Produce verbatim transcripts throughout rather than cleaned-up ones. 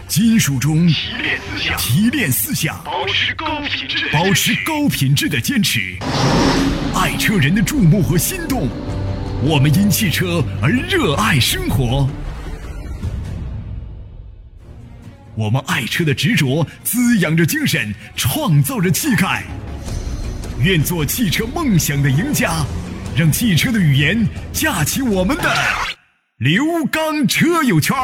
金属中提炼思想， 提炼思想， 保持高品质的保持高品质的坚持。爱车人的注目和心动，我们因汽车而热爱生活。我们爱车的执着滋养着精神，创造着气概。愿做汽车梦想的赢家，让汽车的语言架起我们的刘刚车友圈。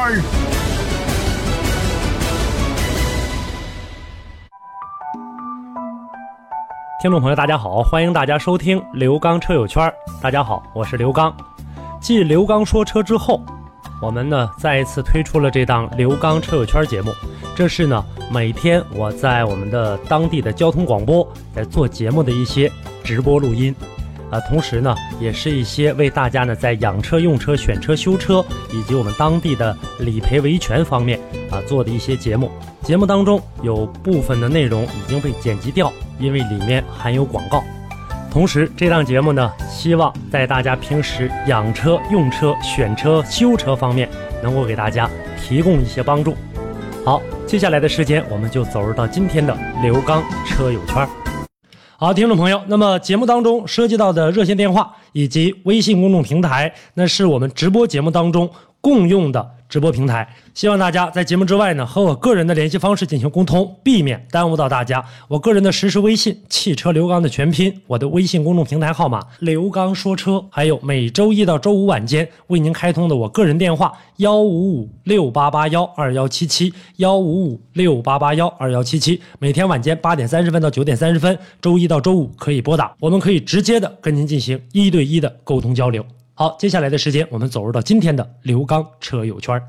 听众朋友大家好，欢迎大家收听刘刚车友圈。大家好，我是刘刚。继刘刚说车之后，我们呢再一次推出了这档刘刚车友圈节目。这是呢每天我在我们的当地的交通广播在做节目的一些直播录音啊，同时呢也是一些为大家呢在养车、用车、选车、修车以及我们当地的理赔维权方面啊做的一些节目。节目当中有部分的内容已经被剪辑掉，因为里面含有广告。同时这档节目呢希望在大家平时养车、用车、选车、修车方面能够给大家提供一些帮助。好，接下来的时间我们就走入到今天的刘刚车友圈。好，听众朋友，那么节目当中涉及到的热线电话以及微信公众平台，那是我们直播节目当中共用的直播平台，希望大家在节目之外呢和我个人的联系方式进行沟通，避免耽误到大家。我个人的实时微信汽车刘刚的全拼，我的微信公众平台号码刘刚说车，还有每周一到周五晚间为您开通的我个人电话幺五五六八八幺二幺七七幺五五六八八幺二幺七七，每天晚间八点三十分到九点三十分，周一到周五可以拨打，我们可以直接的跟您进行一对一的沟通交流。好，接下来的时间我们走入到今天的刘刚车友圈。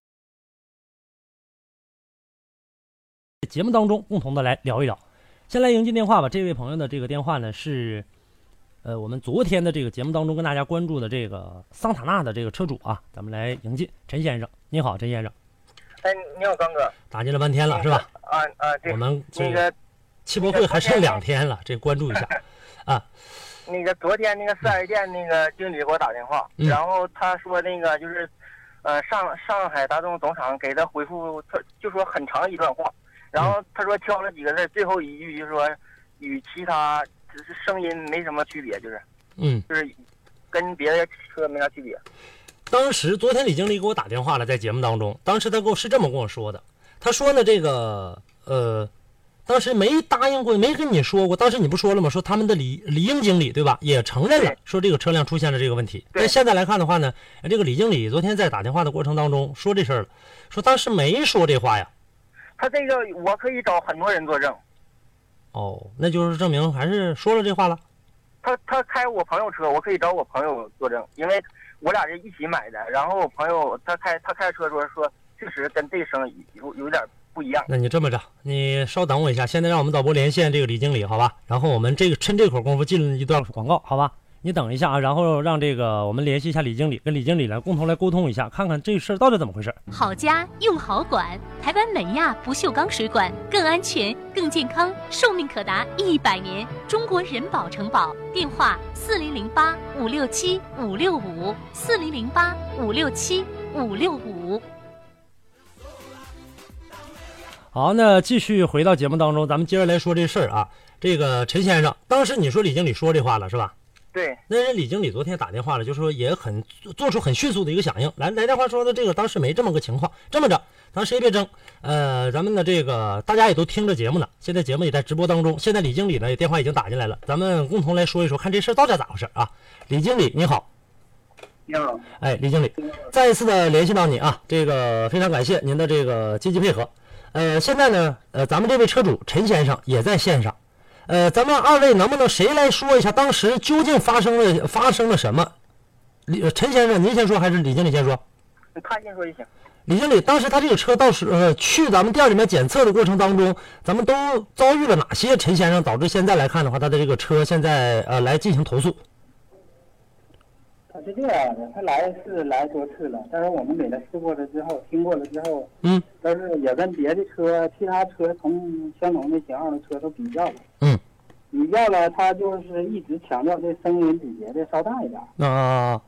节目当中共同的来聊一聊，先来迎接电话吧。这位朋友的这个电话呢是呃我们昨天的这个节目当中跟大家关注的这个桑塔纳的这个车主啊，咱们来迎接陈先生。你好，陈先生。 哎，你好，刚哥。 打进了半天了、那个、是吧？ 啊啊，对。 我们这个汽博会还剩两天了，这关注一下啊。 那个昨天那个四 S 店那个经理给我打电话、嗯、然后他说那个就是呃上上海大众总厂给他回复，他就说很长一段话，然后他说挑了几个字，最后一句就说与其他只是声音没什么区别，就是嗯就是跟别的车没啥区别。 当时昨天李经理给我打电话了，在节目当中，当时他跟我是这么跟我说的，他说呢这个呃当时没答应过，没跟你说过。当时你不说了吗？说他们的李李英经理对吧，也承认了，说这个车辆出现了这个问题。但现在来看的话呢，这个李经理昨天在打电话的过程当中说这事儿了，说当时没说这话呀。 他这个我可以找很多人作证。 哦，那就是证明还是说了这话了。 他他开我朋友车，我可以找我朋友作证，因为我俩是一起买的。然后我朋友他开他开车说说，确实跟这声有有点不一样。 那你这么着，你稍等我一下，现在让我们导播连线这个李经理，好吧？然后我们这个趁这口功夫进一段广告，好吧？你等一下啊，然后让这个我们联系一下李经理，跟李经理来共同来沟通一下，看看这事儿到底怎么回事。 好家用好管，台湾美亚不锈钢水管，更安全、更健康，寿命可达一百年。中国人保承保，电话四零零八五六七五六五四零零八五六七五六五。 好，那继续回到节目当中，咱们接着来说这事儿啊。这个陈先生，当时你说李经理说这话了是吧？ 对。 那人李经理昨天打电话了，就说也很做出很迅速的一个响应，来来电话说的这个当时没这么个情况。这么着，咱谁也别争，呃，咱们的这个大家也都听着节目呢，现在节目也在直播当中，现在李经理呢电话已经打进来了，咱们共同来说一说，看这事到底咋回事啊？李经理你好。 你好。 哎，李经理，再一次的联系到你啊，这个非常感谢您的这个积极配合。呃，现在呢，呃，咱们这位车主陈先生也在线上，呃，咱们二位能不能谁来说一下当时究竟发生了发生了什么？李陈先生，您先说还是李经理先说？ 他先说就行。 李经理，当时他这个车到时呃去咱们店里面检测的过程当中，咱们都遭遇了哪些陈先生导致现在来看的话，他的这个车现在呃来进行投诉？ 他是这样的，他来是来多次了，但是我们给他试过了之后，听过了之后， 嗯， 但是也跟别的车、其他车同相同的型号的车都比较了， 嗯， 比较了，他就是一直强调这声音比别的稍大一点， 啊、呃，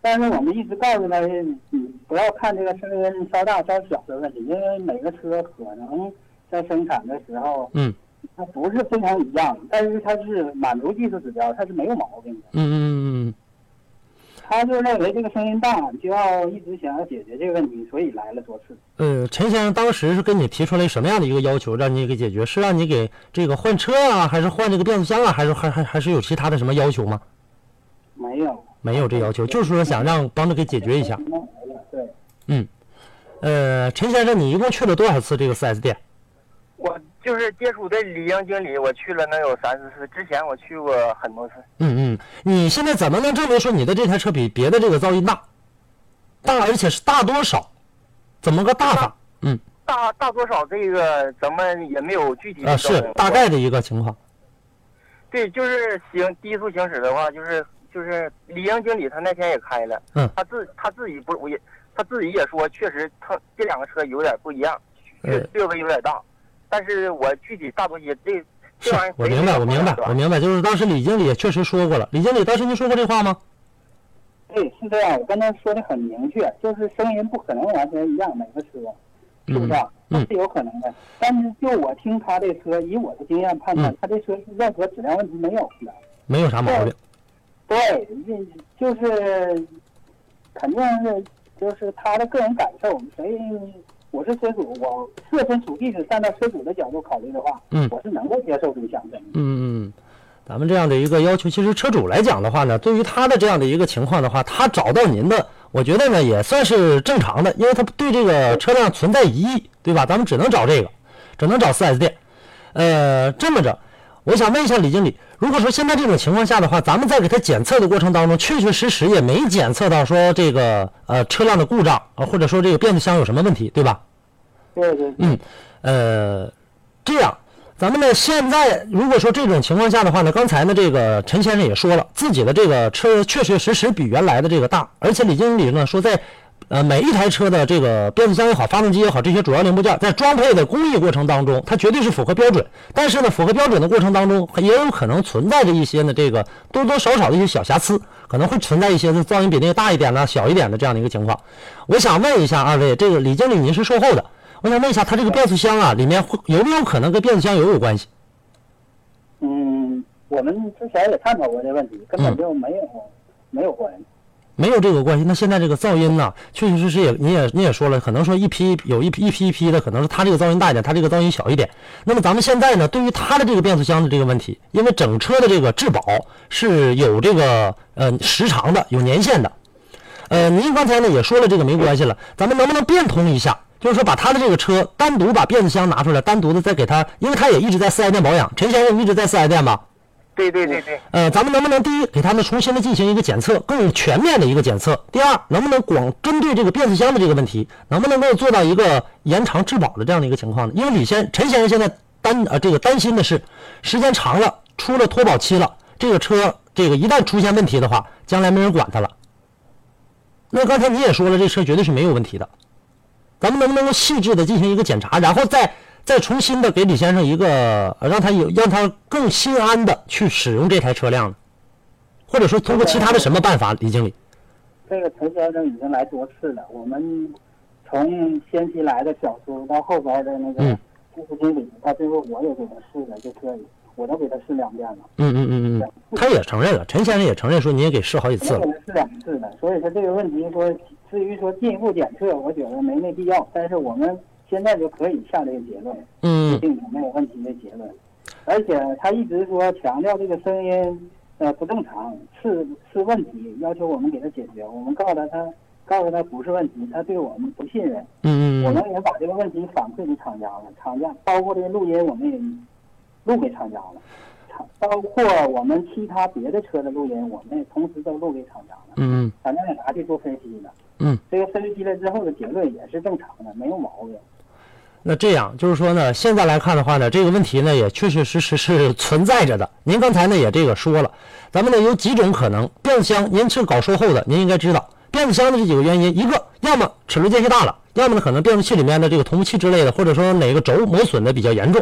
但是我们一直告诉他，你不要看这个声音稍大稍小的问题，因为每个车可能在生产的时候， 嗯， 它不是非常一样，但是它是满足技术指标，它是没有毛病的。 嗯嗯嗯嗯。 他就认为这个声音大，就要一直想要解决这个问题，所以来了多次。 呃，陈先生当时是跟你提出来什么样的一个要求，让你给解决？是让你给这个换车啊，还是换这个变速箱啊，还是还还还是有其他的什么要求吗？ 没有， 没有这要求，就是说想让帮着给解决一下。 对， 嗯，呃，陈先生，你一共去了多少次这个 四 S 店？ 我就是接触的李英经理，我去了能有三四次，之前我去过很多次。 嗯嗯，你现在怎么能证明说你的这台车比别的这个噪音大？大，而且是大多少？怎么个大法？嗯， 大大多少这个咱们也没有具体的啊，是大概的一个情况。 对，就是行低速行驶的话，就是就是李英经理他那天也开了， 嗯， 他自他自己不我也他自己也说，确实他这两个车有点不一样，略略微有点大。但是我具体大多些这这玩意儿， 我明白，我明白，我明白，就是当时李经理也确实说过了。李经理，当时您说过这话吗？ 对，是这样，我跟他说的很明确，就是声音不可能完全一样，每个车，是不是？嗯，是有可能的。但是就我听他这车，以我的经验判断，嗯、他这车是任何质量问题没有的， 没有啥毛病。 对，就是肯定是就是他的个人感受，所以。我是车主，我设身处地的站在车主的角度考虑的话，嗯，我是能够接受这个项目。 嗯嗯，咱们这样的一个要求，其实车主来讲的话呢，对于他的这样的一个情况的话，他找到您的，我觉得呢也算是正常的，因为他对这个车辆存在疑义，对吧？咱们只能找这个，只能找 四 S 店。呃，这么着，我想问一下李经理，如果说现在这种情况下的话，咱们在给他检测的过程当中，确确实实也没检测到说这个呃车辆的故障啊，或者说这个变速箱有什么问题，对吧？ 对对对。 嗯，呃，这样，咱们呢现在如果说这种情况下的话呢，刚才呢这个陈先生也说了，自己的这个车确确实实比原来的这个大，而且李经理呢说在呃每一台车的这个变速箱也好，发动机也好，这些主要零部件在装配的工艺过程当中，它绝对是符合标准。但是呢，符合标准的过程当中，也有可能存在着一些呢这个多多少少的一些小瑕疵，可能会存在一些噪音比那个大一点呢、小一点的这样的一个情况。我想问一下二位，这个李经理您是售后的。我想问一下，它这个变速箱啊，里面会有没有可能跟变速箱油有关系？ 嗯，我们之前也探讨过这个问题，根本就没有、嗯、没有关系， 没有这个关系。那现在这个噪音呢，确确实实也你也你也说了，可能说一批有一批一批一批的，可能是它这个噪音大一点，它这个噪音小一点。那么咱们现在呢，对于它的这个变速箱的这个问题，因为整车的这个质保是有这个呃时长的，有年限的。呃，您刚才呢也说了这个没关系了，咱们能不能变通一下？就是说把他的这个车单独把变速箱拿出来，单独的再给他，因为他也一直在四 S 店保养。陈先生一直在四 S 店吧？ 对对对对。 呃，咱们能不能第一给他们重新的进行一个检测，更全面的一个检测？第二，能不能光针对这个变速箱的这个问题，能不能够做到一个延长质保的这样的一个情况呢？因为李先陈先生现在担呃这个担心的是，时间长了，出了脱保期了，这个车这个一旦出现问题的话，将来没人管它了。那刚才你也说了，这车绝对是没有问题的。咱们能不能够细致的进行一个检查，然后再再重新的给李先生一个让他有让他更心安的去使用这台车辆呢？或者说通过其他的什么办法？李经理， 这个陈先生已经来多次了，我们从先期来的小苏到后边的那个技术经理，到最后我也给他试了，就可以，我都给他试两遍了。 嗯嗯嗯嗯，他也承认了，陈先生也承认说你也给试好几次了。 我给他试两次了，所以说这个问题说。至于说进一步检测，我觉得没那必要。但是我们现在就可以下这个结论， 嗯， 定有没有问题的结论。而且他一直说强调这个声音呃不正常，是是问题，要求我们给他解决。我们告诉他，他告诉他不是问题，他对我们不信任。 嗯， 我们也把这个问题反馈给厂家了，厂家包括这个录音我们也录给厂家了。包括我们其他别的车的录音，我们也同时都录给厂家了。 嗯， 厂家也拿去做分析了。 嗯， 这个分析了之后的结论也是正常的，没有毛病。 那这样就是说呢，现在来看的话呢，这个问题呢也确确实实是存在着的。您刚才呢也这个说了，咱们呢有几种可能。变速箱，您是搞售后的，您应该知道变速箱的这几个原因，一个要么齿轮间隙大了，要么呢可能变速器里面的这个同步器之类的，或者说哪个轴磨损的比较严重。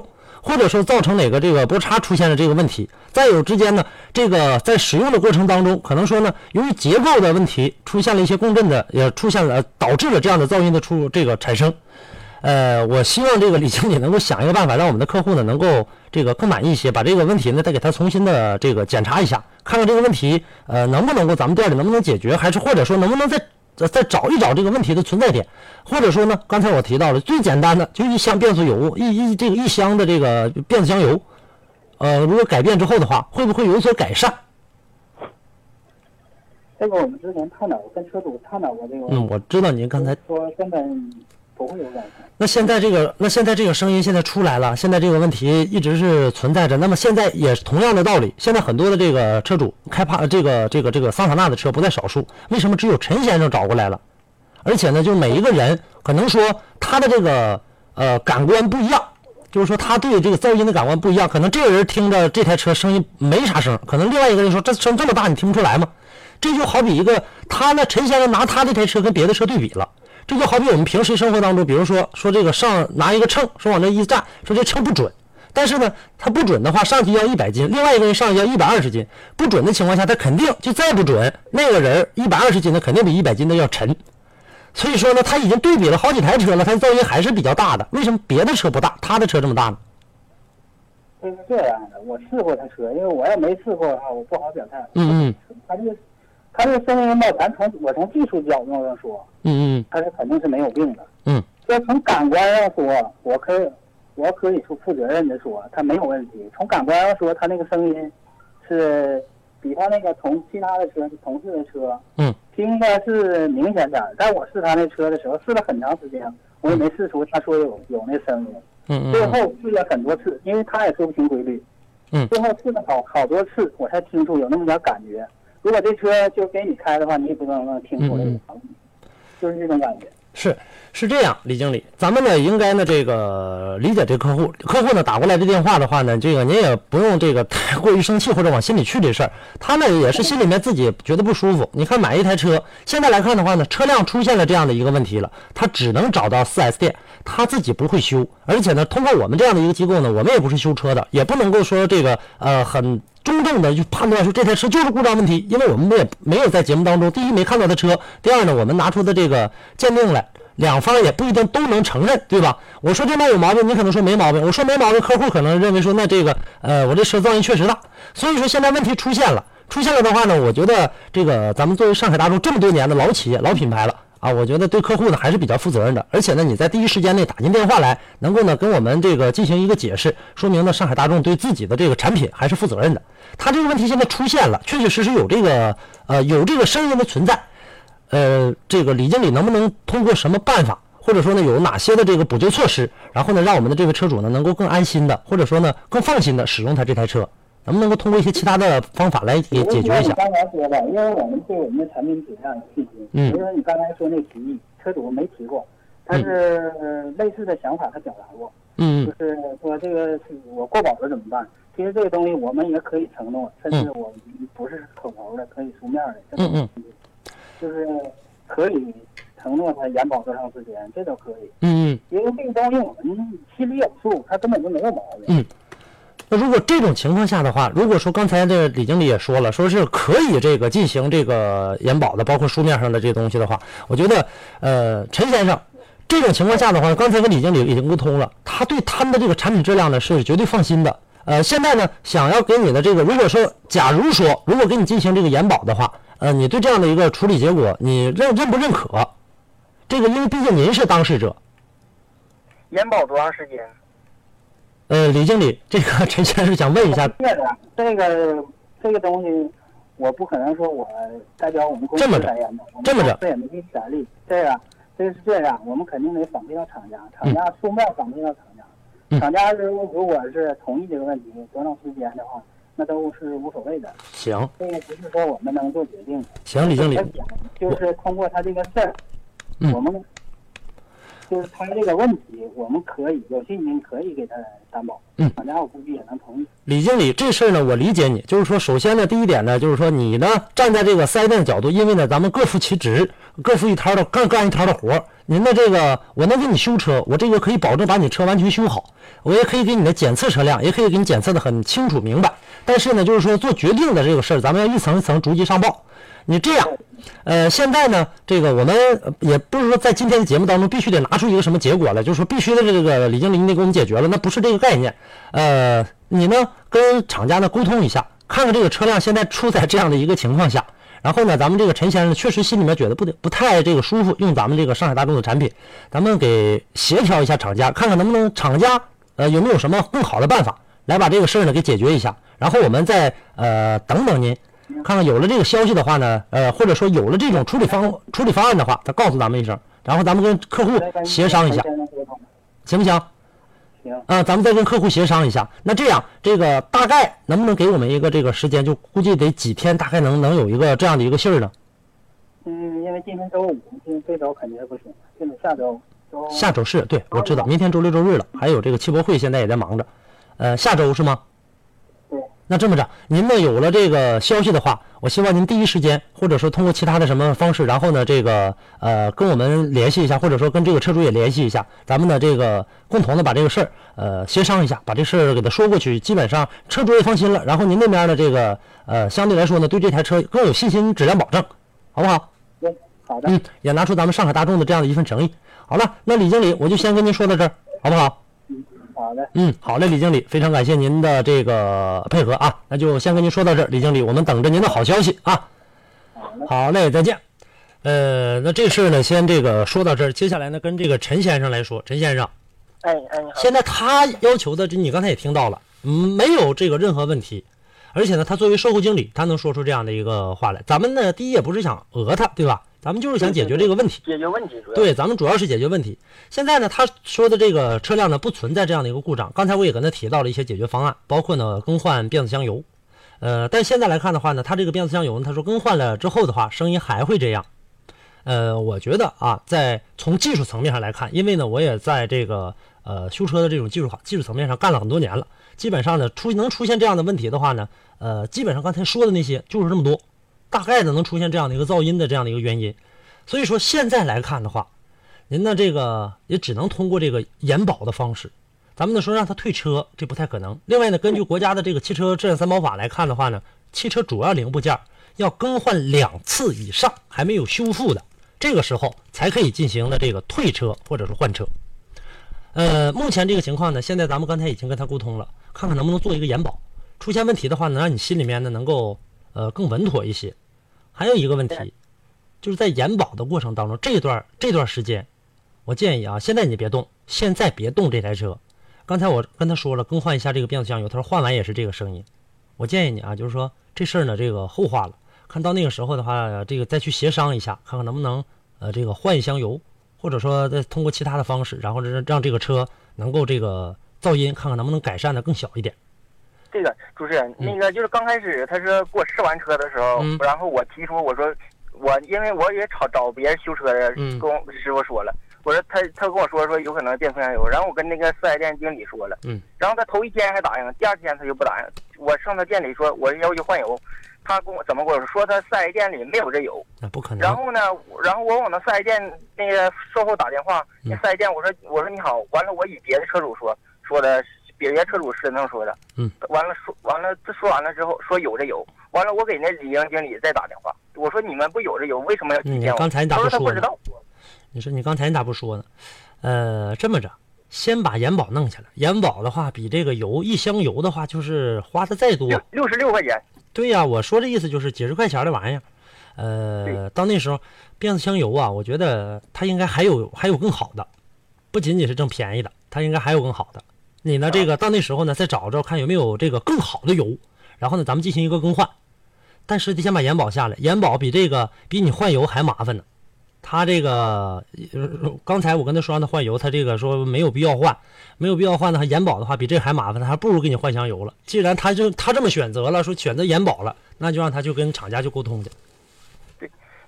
或者说造成哪个这个波差出现了这个问题。再有之间呢，这个在使用的过程当中，可能说呢，由于结构的问题出现了一些共振的，也出现了导致了这样的噪音的出这个产生。呃，我希望这个李经理能够想一个办法，让我们的客户呢能够这个更满意一些，把这个问题呢再给他重新的这个检查一下，看看这个问题呃能不能够咱们店里能不能解决，还是或者说能不能再再找一找这个问题的存在点，或者说呢，刚才我提到了最简单的，就一箱变速油，一一这个一箱的这个变速箱油，呃，如果改变之后的话，会不会有所改善？ 这个我们之前探讨跟车主探讨过这个。 嗯，我知道您刚才说根本不会有改善。 那现在这个，那现在这个声音现在出来了，现在这个问题一直是存在着。那么现在也是同样的道理，现在很多的这个车主开帕这个这个这个桑塔纳的车不在少数，为什么只有陈先生找过来了？而且呢，就每一个人可能说他的这个呃感官不一样，就是说他对这个噪音的感官不一样。可能这个人听着这台车声音没啥声，可能另外一个人说这声这么大你听不出来吗？这就好比一个他呢，陈先生拿他这台车跟别的车对比了。这就好比我们平时生活当中，比如说说这个上拿一个秤，说往这一站，说这秤不准，但是呢，它不准的话，上去要一百斤，另外一个人上去要一百二十斤，不准的情况下，他肯定就再不准，那个人一百二十斤的肯定比一百斤的要沉。所以说呢，他已经对比了好几台车了，他噪音还是比较大的。为什么别的车不大，他的车这么大呢？ 就是这样的，我试过他车，因为我要没试过的话，我不好表态。 嗯嗯， 他这个。他这个声音吧，咱从我从技术角度上说， 嗯嗯， 他是肯定是没有病的， 嗯。 要从感官上说，我可以，我可以负负责任的说，他没有问题。从感官上说，他那个声音是比他那个同其他的车是同事的车， 嗯， 听的是明显点。但我试他那车的时候，试了很长时间，我也没试出他说有有那声音。 嗯嗯。 最后试了很多次，因为他也说不清规律。 嗯。 最后试了好好多次，我才听出有那么点感觉。如果这车就给你开的话，你也不可能听出来，嗯、就是这种感觉。 是是这样，李经理，咱们呢应该呢这个理解这客户，客户呢打过来这电话的话呢，这个您也不用这个太过于生气或者往心里去这事儿，他呢也是心里面自己觉得不舒服。你看买一台车，现在来看的话呢，车辆出现了这样的一个问题了，他只能找到 四 S 店，他自己不会修，而且呢，通过我们这样的一个机构呢，我们也不是修车的，也不能够说这个呃很。中正的就判断说这台车就是故障问题，因为我们也没有在节目当中，第一没看到的车，第二呢，我们拿出的这个鉴定来，两方也不一定都能承认，对吧？我说这边有毛病，你可能说没毛病，我说没毛病，客户可能认为说那这个呃我这车噪音确实大，所以说现在问题出现了，出现了的话呢，我觉得这个咱们作为上海大众这么多年的老企业、老品牌了。啊，我觉得对客户呢还是比较负责任的，而且呢，你在第一时间内打进电话来，能够呢跟我们这个进行一个解释，说明呢上海大众对自己的这个产品还是负责任的。他这个问题现在出现了，确确实实有这个呃有这个声音的存在，呃，这个李经理能不能通过什么办法，或者说呢有哪些的这个补救措施，然后呢让我们的这位车主呢能够更安心的，或者说呢更放心的使用他这台车？能不能够通过一些其他的方法来给解决一下？ 刚才说的，因为我们对我们的产品质量有信心。 嗯。 比如说你刚才说那提议，车主没提过，但是、嗯呃、类似的想法他表达过。 嗯。 就是说这个我过保了怎么办？其实这个东西我们也可以承诺，甚至我不是口头的，可以书面的。 嗯嗯。 就是可以承诺他延保多长时间，这都可以。 嗯嗯。 因为这个东西我们心里有数，他根本就没有毛病。 嗯。那如果这种情况下的话，如果说刚才这个李经理也说了，说是可以这个进行这个延保的，包括书面上的这些东西的话，我觉得，呃，陈先生，这种情况下的话，刚才跟李经理已经沟通了，他对他们的这个产品质量呢是绝对放心的。呃，现在呢，想要给你的这个，如果说，假如说，如果给你进行这个延保的话，呃，你对这样的一个处理结果，你认认不认可？这个，因为毕竟您是当事者。 延保多长时间？ 呃，李经理，这个陈先生想问一下， 这个这个东西，我不可能说我代表我们公司来延保， 这么着， 这也没这权利。这样，这是这样，我们肯定得反馈到厂家，厂家书面反馈到厂家， 嗯、 厂家如如果是同意这个问题，多长时间的话，那都是无所谓的。 行， 这个不是说我们能做决定的。 行，李经理， 就是通过他这个事儿， 嗯、 我们。 就是他这个问题，我们可以有信心可以给他担保。 嗯， 厂家我估计也能同意。 李经理，这事儿呢，我理解你，就是说，首先呢，第一点呢，就是说你呢站在这个四 S店的角度，因为呢咱们各负其职，各负一摊的干干一摊的活儿。您的这个我能给你修车，我这个可以保证把你车完全修好，我也可以给你的检测车辆，也可以给你检测的很清楚明白。但是呢，就是说做决定的这个事儿，咱们要一层一层逐级上报。你这样，呃，现在呢，这个我们也不是说在今天的节目当中必须得拿出一个什么结果来，就是说必须的这个李经理你得给我们解决了，那不是这个概念。呃，你呢跟厂家呢沟通一下，看看这个车辆现在处在这样的一个情况下，然后呢，咱们这个陈先生确实心里面觉得不得不太这个舒服，用咱们这个上海大众的产品，咱们给协调一下厂家，看看能不能厂家呃有没有什么更好的办法来把这个事儿呢给解决一下，然后我们再呃等等您。看看有了这个消息的话呢，呃，或者说有了这种处理方处理方案的话，他告诉咱们一声，然后咱们跟客户协商一下，行不行？ 行。 啊、呃，咱们再跟客户协商一下。那这样，这个大概能不能给我们一个这个时间？就估计得几天，大概能能有一个这样的一个信儿呢？ 嗯，因为今天周五，今天这周肯定是不行，就得下周。周下周是对，我知道，明天周六周日了，还有这个汽博会现在也在忙着，呃，下周是吗？那这么着，您呢有了这个消息的话，我希望您第一时间，或者说通过其他的什么方式，然后呢这个呃跟我们联系一下，或者说跟这个车主也联系一下，咱们呢这个共同的把这个事儿呃协商一下，把这事儿给他说过去，基本上车主也放心了，然后您那边的这个呃相对来说呢对这台车更有信心质量保证，好不好？ 对，好的。 嗯，也拿出咱们上海大众的这样的一份诚意。好了，那李经理我就先跟您说到这儿，好不好？ 好的， 嗯，好嘞，李经理，非常感谢您的这个配合啊，那就先跟您说到这儿，李经理，我们等着您的好消息啊。好嘞，再见。呃，那这事儿呢，先这个说到这儿，接下来呢，跟这个陈先生来说，陈先生， 哎哎，你好。 现在他要求的，这你刚才也听到了，嗯，没有这个任何问题，而且呢，他作为售后经理，他能说出这样的一个话来，咱们呢，第一也不是想讹他，对吧？咱们就是想解决这个问题， 解决问题主要对，咱们主要是解决问题。现在呢，他说的这个车辆呢不存在这样的一个故障。刚才我也跟他提到了一些解决方案，包括呢更换变速箱油。呃，但现在来看的话呢，他这个变速箱油呢，他说更换了之后的话，声音还会这样。呃，我觉得啊，在从技术层面上来看，因为呢我也在这个呃修车的这种技术技术层面上干了很多年了，基本上呢出能出现这样的问题的话呢，呃，基本上刚才说的那些就是这么多。大概的能出现这样的一个噪音的这样的一个原因，所以说现在来看的话，您的这个也只能通过这个延保的方式，咱们呢说让他退车，这不太可能。另外呢，根据国家的这个汽车质量三保法来看的话呢，汽车主要零部件要更换两次以上还没有修复的，这个时候才可以进行的这个退车或者是换车。呃，目前这个情况呢，现在咱们刚才已经跟他沟通了，看看能不能做一个延保，出现问题的话呢，让你心里面呢能够呃更稳妥一些。还有一个问题，就是在延保的过程当中，这段这段时间，我建议啊，现在你别动，现在别动这台车。刚才我跟他说了，更换一下这个变速箱油，他说换完也是这个声音。我建议你啊，就是说这事儿呢，这个后话了，看到那个时候的话，这个再去协商一下，看看能不能呃这个换一箱油，或者说再通过其他的方式，然后让让这个车能够这个噪音，看看能不能改善的更小一点。 这个主持人，那个就是刚开始他是给我试完车的时候， 嗯、 然后我提出我说我因为我也找找别人修车的， 嗯、 跟我师傅说了，我说他他跟我说说有可能变速箱油，然后我跟那个四 S 店经理说了， 嗯， 然后他头一天还答应，第二天他就不答应。我上他店里说我要求换油，他跟我怎么跟我说说他四 S 店里没有这油， 那不可能。 然后呢，然后我往那四 S 店那个售后打电话， 嗯、 那四 S 店我说我说你好，完了我与别的车主说说的。别的车主是那么说的， 嗯， 完了说完了，这说完了之后说有这油，完了我给那李英经理再打电话，我说你们不有这油，为什么要提醒我？ 刚才你咋不说呢？ 他说他不知道。 你说你刚才你咋不说呢？呃，这么着，先把延保弄下来。延保的话，比这个油一箱油的话，就是花的再多， 六十六块钱。 对呀、啊，我说的意思就是几十块钱的玩意儿。呃，到那时候变速箱油啊，我觉得它应该还有还有更好的，不仅仅是挣便宜的，它应该还有更好的。你呢？这个到那时候呢，再找找看有没有这个更好的油，然后呢，咱们进行一个更换。但是得先把延保下来，延保比这个比你换油还麻烦呢。他这个刚才我跟他说让他换油，他这个说没有必要换，没有必要换的话，延保的话比这还麻烦，他还不如给你换箱油了。既然他就他这么选择了，说选择延保了，那就让他就跟厂家去沟通去。 对，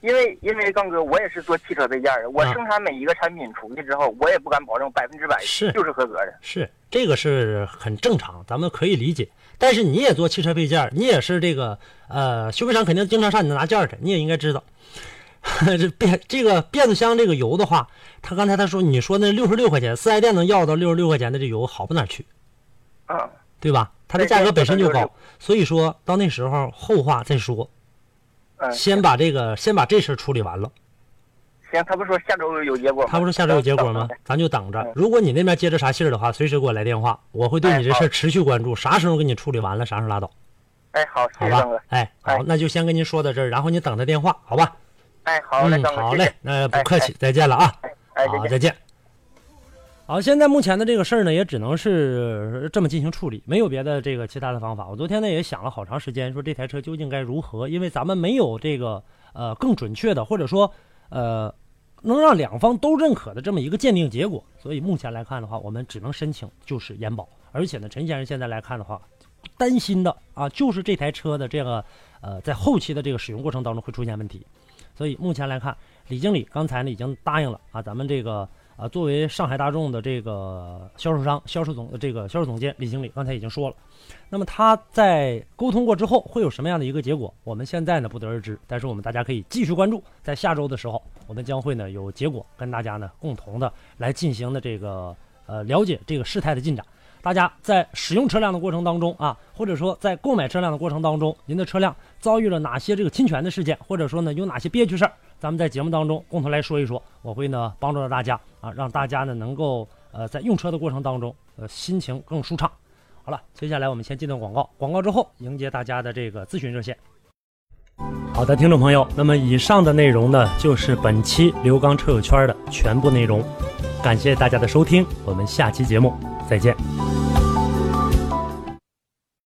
因为因为刚哥，我也是做汽车配件的，我啊生产每一个产品出去之后，我也不敢保证百分之百是就是合格的。 是这个是很正常，咱们可以理解。但是你也做汽车配件，你也是这个呃修配厂肯定经常上你那拿件去，你也应该知道。这变这个变速箱这个油的话，他刚才他说你说那六十六块钱，四 S 店能要到六十六块钱的这油好不哪去， 啊， 对吧？它的价格本身就对对高，所以说到那时候后话再说， 嗯， 先把这个先把这事处理完了。 行，他不说下周有结果吗？ 他不是下周有结果吗？咱就等着。如果你那边接着啥信儿的话，随时给我来电话，我会对你这事儿持续关注，啥时候给你处理完了，啥时候拉倒， 哎，好，谢好吧谢张哥。？ 哎，好，那就先跟您说到这儿，然后你等他电话，好吧？ 哎，好嘞， 嗯， 张哥， 好谢谢嘞，那不客气，再见了啊！ 哎， 好， 再见。 再见。好，现在目前的这个事儿呢，也只能是这么进行处理，没有别的这个其他的方法。我昨天呢也想了好长时间，说这台车究竟该如何，因为咱们没有这个呃更准确的，或者说呃能让两方都认可的这么一个鉴定结果，所以目前来看的话，我们只能申请就是延保。而且呢，陈先生现在来看的话，担心的啊就是这台车的这个呃在后期的这个使用过程当中会出现问题。所以目前来看，李经理刚才呢已经答应了啊，咱们这个啊作为上海大众的这个销售商、销售总这个销售总监李经理刚才已经说了。那么他在沟通过之后会有什么样的一个结果，我们现在呢不得而知，但是我们大家可以继续关注，在下周的时候，我们将会呢有结果跟大家呢共同的来进行的这个呃了解这个事态的进展。大家在使用车辆的过程当中啊，或者说在购买车辆的过程当中，您的车辆遭遇了哪些这个侵权的事件，或者说呢有哪些憋屈事儿，咱们在节目当中共同来说一说，我会呢帮助到大家啊，让大家呢能够呃在用车的过程当中呃心情更舒畅。好了，接下来我们先进段广告，广告之后迎接大家的这个咨询热线。好的，听众朋友，那么以上的内容呢就是本期刘刚车友圈的全部内容，感谢大家的收听，我们下期节目再见。